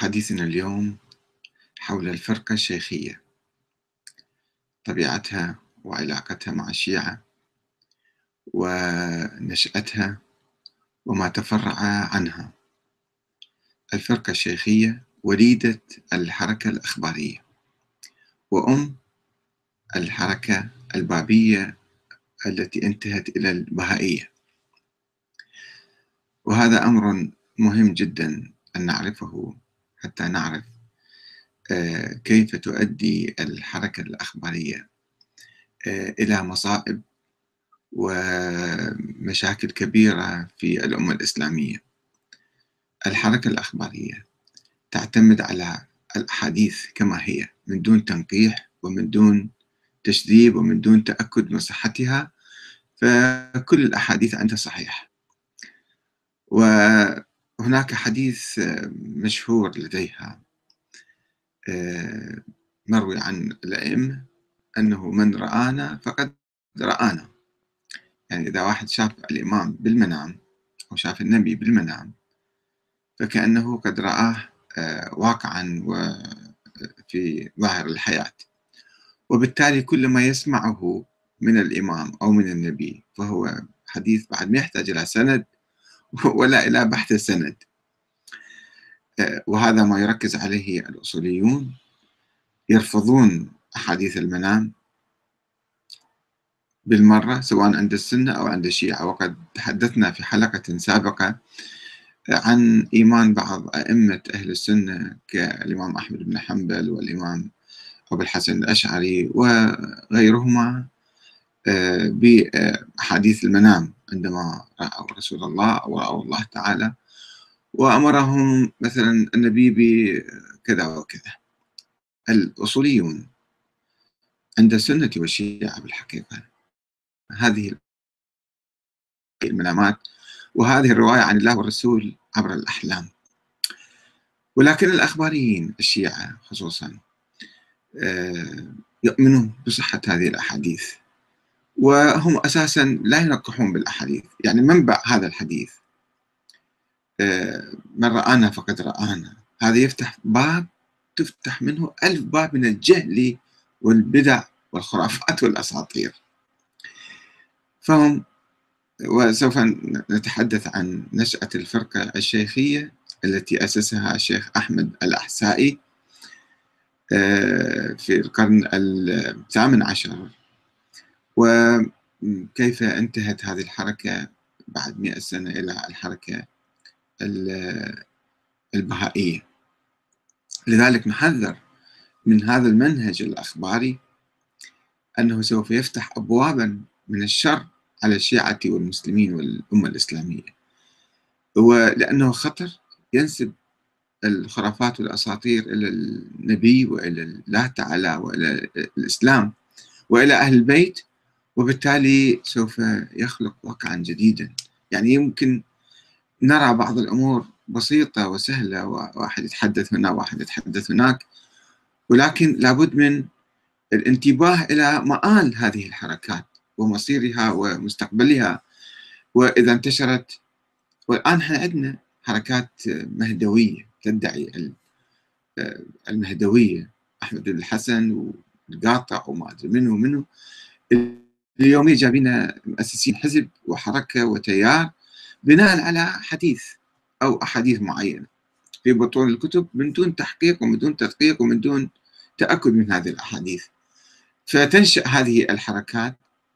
حديثنا اليوم حول الفرقة الشيخية، طبيعتها وعلاقتها مع الشيعة ونشأتها وما تفرع عنها. الفرقة الشيخية وليدة الحركة الأخبارية وأم الحركة البابية التي انتهت إلى البهائية، وهذا أمر مهم جدا أن نعرفه حتى نعرف كيف تؤدي الحركة الأخبارية إلى مصائب ومشاكل كبيرة في الأمة الإسلامية. الحركة الأخبارية تعتمد على الأحاديث كما هي من دون تنقيح ومن دون تشذيب ومن دون تأكد من صحتها، فكل الأحاديث عندها صحيح. وهناك حديث مشهور لديها مروي عن الأئمة أنه من رآنا فقد رآنا، يعني إذا واحد شاف الإمام بالمنام أو شاف النبي بالمنام فكأنه قد رآه واقعا وفي ظاهر الحياة، وبالتالي كل ما يسمعه من الإمام أو من النبي فهو حديث بعد ما يحتاج إلى سند ولا إلى بحث السند. وهذا ما يركز عليه الأصوليون، يرفضون أحاديث المنام بالمرة سواء عند السنة أو عند الشيعة. وقد تحدثنا في حلقة سابقة عن إيمان بعض أئمة أهل السنة كالإمام أحمد بن حنبل والإمام أبو الحسن الأشعري وغيرهما بأحاديث المنام عندما رأوا رسول الله أو رأوا الله تعالى وأمرهم مثلا النبي بكذا وكذا. الأصوليون عند السنة والشيعة بالحقيقة هذه المنامات وهذه الرواية عن الله والرسول عبر الأحلام، ولكن الأخباريين الشيعة خصوصا يؤمنون بصحة هذه الأحاديث، وهم أساسا لا ينقحون بالأحاديث. يعني منبع هذا الحديث من رآنا فقد رآنا، هذا يفتح باب تفتح منه 1000 باب من الجهل والبدع والخرافات والأساطير. فهم وسوف نتحدث عن نشأة الفرقة الشيخية التي أسسها الشيخ أحمد الأحسائي في القرن ال18، وكيف انتهت هذه الحركة بعد 100 سنة إلى الحركة البهائية. لذلك نحذر من هذا المنهج الأخباري أنه سوف يفتح أبوابا من الشر على الشيعة والمسلمين والأمة الإسلامية، ولأنه خطر ينسب الخرافات والأساطير إلى النبي وإلى الله تعالى وإلى الإسلام وإلى أهل البيت، وبالتالي سوف يخلق واقعا جديدا. يعني يمكن نرى بعض الأمور بسيطة وسهلة، واحد يتحدث هنا واحد يتحدث هناك، ولكن لابد من الانتباه إلى مآل هذه الحركات ومصيرها ومستقبلها وإذا انتشرت. والآن احنا عندنا حركات مهدوية تدعي المهدوية، أحمد الحسن والقاطع وما أدري منه ومنه. اليوم جايبين مؤسسين حزب وحركة وتيار بناء على حديث أو أحاديث معينة في بطون الكتب من دون تحقيق ومن دون تدقيق ومن دون تأكد من هذه الأحاديث، فتنشأ هذه الحركات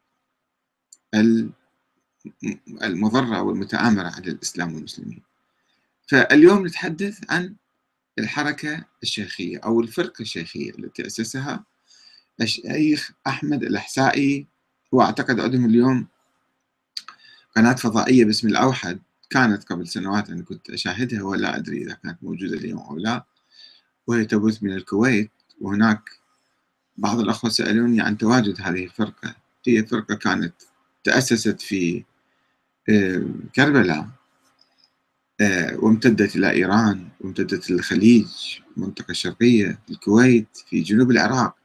المضرة والمتآمرة على الإسلام والمسلمين. فاليوم نتحدث عن الحركة الشيخية أو الفرقة الشيخية التي أسسها الشيخ أحمد الأحسائي. وأعتقد عندهم اليوم قناة فضائية باسم الأوحد، كانت قبل سنوات أنا كنت أشاهدها ولا أدري إذا كانت موجودة اليوم أو لا، وهي تبث من الكويت. وهناك بعض الأخوة سألوني عن تواجد هذه الفرقة. هي فرقة كانت تأسست في كربلاء وامتدت إلى إيران وامتدت إلى الخليج، المنطقة الشرقية، في الكويت، في جنوب العراق.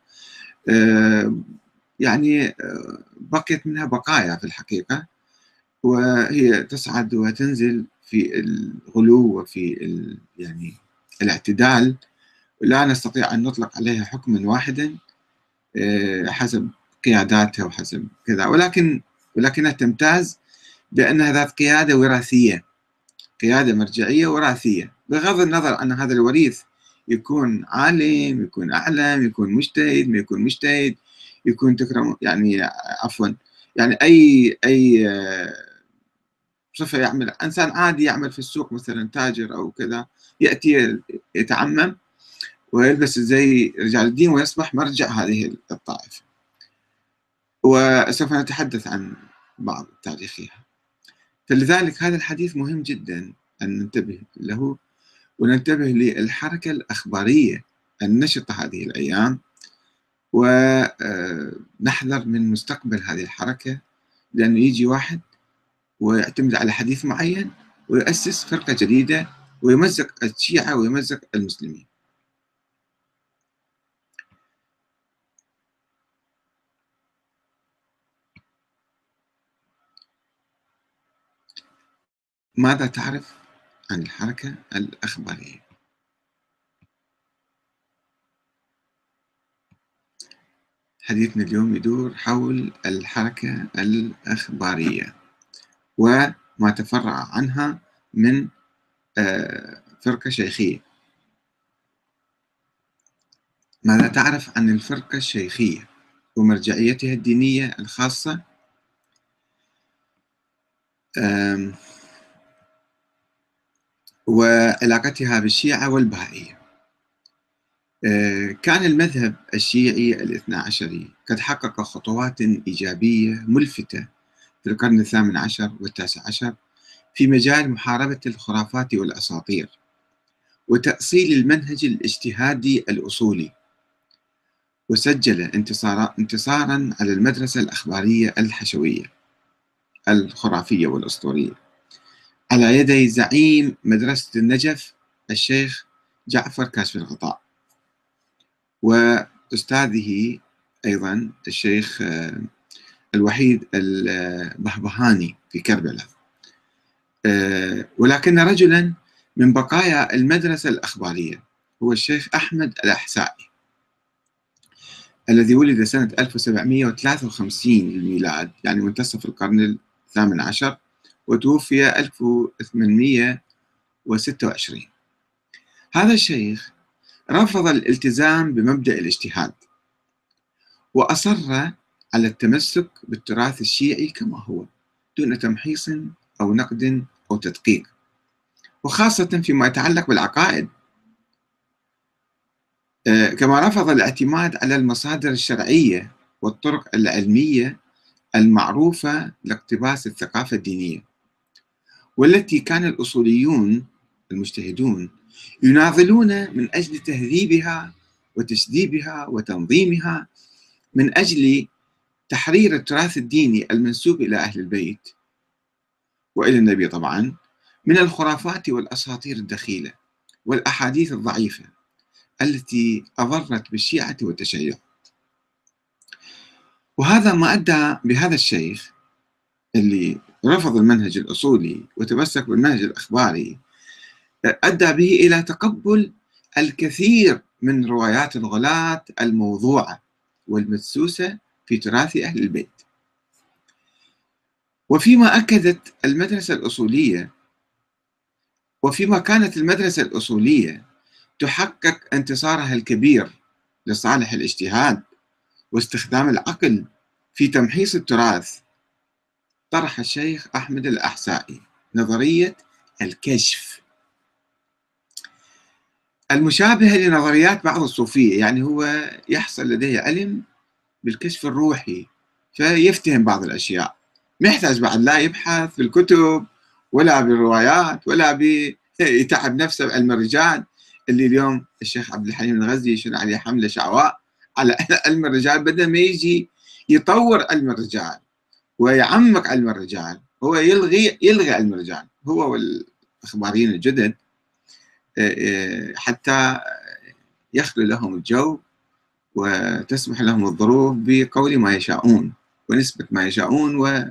يعني بقيت منها بقايا في الحقيقة، وهي تصعد وتنزل في الغلو وفي يعني الاعتدال لا نستطيع أن نطلق عليها حكما واحدا حسب قياداتها وحسب كذا، ولكنها تمتاز بأنها ذات قيادة وراثية، قيادة مرجعية وراثية، بغض النظر أن هذا الوريث يكون عالم، يكون أعلم، يكون مجتهد، ما يكون مجتهد، يكون تكرم، يعني عفوا، يعني أي صفة يعمل إنسان عادي يعمل في السوق مثلا تاجر أو كذا، يأتي يتعمم ويلبس زي رجال الدين ويصبح مرجع هذه الطائفة، وسوف نتحدث عن بعض تاريخها. فلذلك هذا الحديث مهم جدا أن ننتبه له، وننتبه للحركة الأخبارية النشطة هذه الأيام، ونحذر من مستقبل هذه الحركة، لأنه يجي واحد ويعتمد على حديث معين ويؤسس فرقة جديدة ويمزق الشيعة ويمزق المسلمين. ماذا تعرف عن الحركة الأخبارية؟ حديثنا اليوم يدور حول الحركة الأخبارية وما تفرع عنها من فرقة شيخية. ماذا تعرف عن الفرقة الشيخية ومرجعيتها الدينية الخاصة؟ وعلاقتها بالشيعة والبهائية. كان المذهب الشيعي الاثنى عشري قد حقق خطوات إيجابية ملفتة في القرن الثامن عشر والتاسع عشر في مجال محاربة الخرافات والأساطير وتأصيل المنهج الاجتهادي الأصولي، وسجل انتصارا على المدرسة الأخبارية الحشوية الخرافية والأسطورية على يدي زعيم مدرسة النجف الشيخ جعفر كاشف الغطاء، وأستاذه أيضا الشيخ الوحيد البهبهاني في كربلاء، ولكن رجلا من بقايا المدرسة الأخبارية هو الشيخ أحمد الأحسائي الذي ولد سنة 1753 للميلاد، يعني منتصف القرن الثامن عشر، وتوفي 1826. هذا الشيخ رفض الالتزام بمبدأ الاجتهاد وأصر على التمسك بالتراث الشيعي كما هو دون تمحيص أو نقد أو تدقيق، وخاصة فيما يتعلق بالعقائد، كما رفض الاعتماد على المصادر الشرعية والطرق العلمية المعروفة لاقتباس الثقافة الدينية، والتي كان الأصوليون المجتهدون يناضلون من أجل تهذيبها وتشذيبها وتنظيمها، من أجل تحرير التراث الديني المنسوب إلى أهل البيت وإلى النبي طبعا من الخرافات والأساطير الدخيلة والأحاديث الضعيفة التي أضرت بالشيعة والتشيع. وهذا ما أدى بهذا الشيخ اللي رفض المنهج الأصولي وتمسك بالمنهج الأخباري، أدى به إلى تقبل الكثير من روايات الغلاة الموضوعة والمدسوسة في تراث أهل البيت. وفيما أكدت المدرسة الأصولية، وفيما كانت المدرسة الأصولية تحقق انتصارها الكبير لصالح الاجتهاد واستخدام العقل في تمحيص التراث، طرح الشيخ أحمد الأحسائي نظرية الكشف المشابهة لنظريات بعض الصوفية، يعني هو يحصل لديه علم بالكشف الروحي فيفتهم بعض الأشياء، ما يحتاج بعد لا يبحث في الكتب ولا بالروايات ولا يتعب نفسه بعلم الرجال، اللي اليوم الشيخ عبد الحليم الغزي يشير عليه حملة شعواء على علم الرجال، بدل ما يجي يطور علم الرجال ويعمق علم الرجال، هو يلغي علم الرجال هو والإخباريين الجدد حتى يخلو لهم الجو وتسمح لهم الظروف بقول ما يشاءون ونسبة ما يشاءون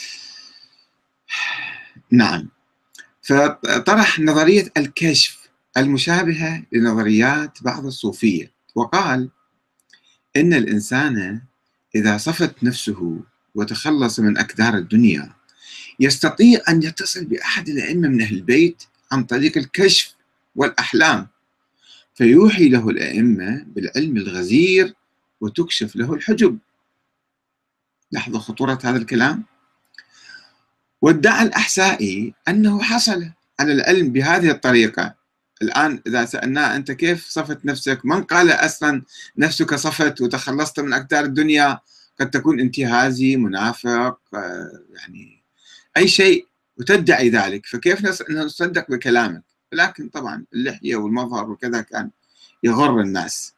نعم. فطرح نظرية الكشف المشابهة لنظريات بعض الصوفية، وقال إن الإنسان إذا صفت نفسه وتخلص من أكدار الدنيا يستطيع أن يتصل بأحد الأئمة من أهل البيت عن طريق الكشف والأحلام، فيوحي له الأئمة بالعلم الغزير وتكشف له الحجب. لاحظوا خطورة هذا الكلام. وادعى الأحسائي أنه حصل على العلم بهذه الطريقة. الآن إذا سألناه أنت كيف صفت نفسك؟ من قال أصلا نفسك صفت وتخلصت من أكدار الدنيا؟ قد تكون انتهازي، منافق، يعني أي شيء وتدعي ذلك، فكيف نصدق بكلامك؟ لكن طبعا اللحية والمظهر وكذا كان يغر الناس.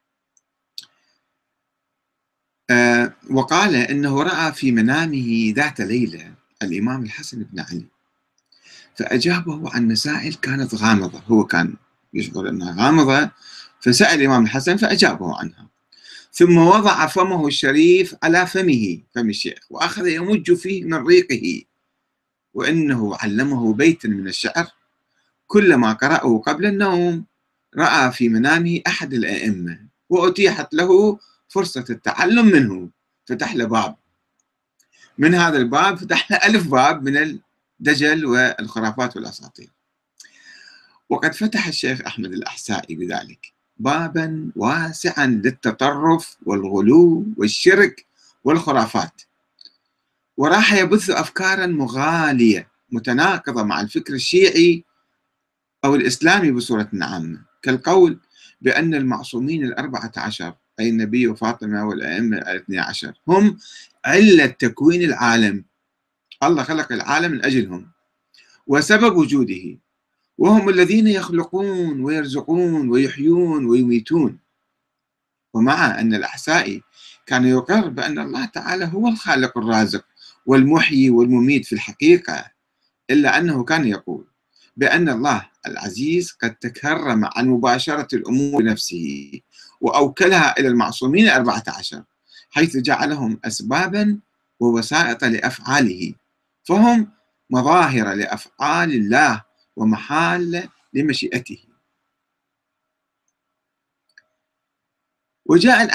وقال إنه رأى في منامه ذات ليلة الإمام الحسن بن علي فأجابه عن مسائل كانت غامضة، هو كان يشعر أنها غامضة فسأل الإمام الحسن فأجابه عنها، ثم وضع فمه الشريف على فم الشيخ وأخذ يمج فيه من ريقه، وإنه علمه بيتا من الشعر كلما قرأه قبل النوم رأى في منامه أحد الأئمة وأتيحت له فرصة التعلم منه، فتح له باب، من هذا الباب فتح له 1000 باب من الدجل والخرافات والأساطير. وقد فتح الشيخ أحمد الأحسائي بذلك بابا واسعا للتطرف والغلو والشرك والخرافات، وراح يبث أفكارا مغالية متناقضة مع الفكر الشيعي أو الإسلامي بصورة عامة، كالقول بأن المعصومين 14 أي النبي وفاطمة والأئمة 12 هم علة تكوين العالم، الله خلق العالم من أجلهم وسبب وجوده، وهم الذين يخلقون ويرزقون ويحيون ويميتون. ومع أن الأحسائي كان يقر بأن الله تعالى هو الخالق الرازق والمحيي والمميت في الحقيقة، إلا أنه كان يقول بأن الله العزيز قد تكرم عن مباشرة الأمور بنفسه وأوكلها إلى المعصومين 14 حيث جعلهم أسبابا ووسائط لأفعاله، فهم مظاهر لأفعال الله ومحال لمشيئته. وجاء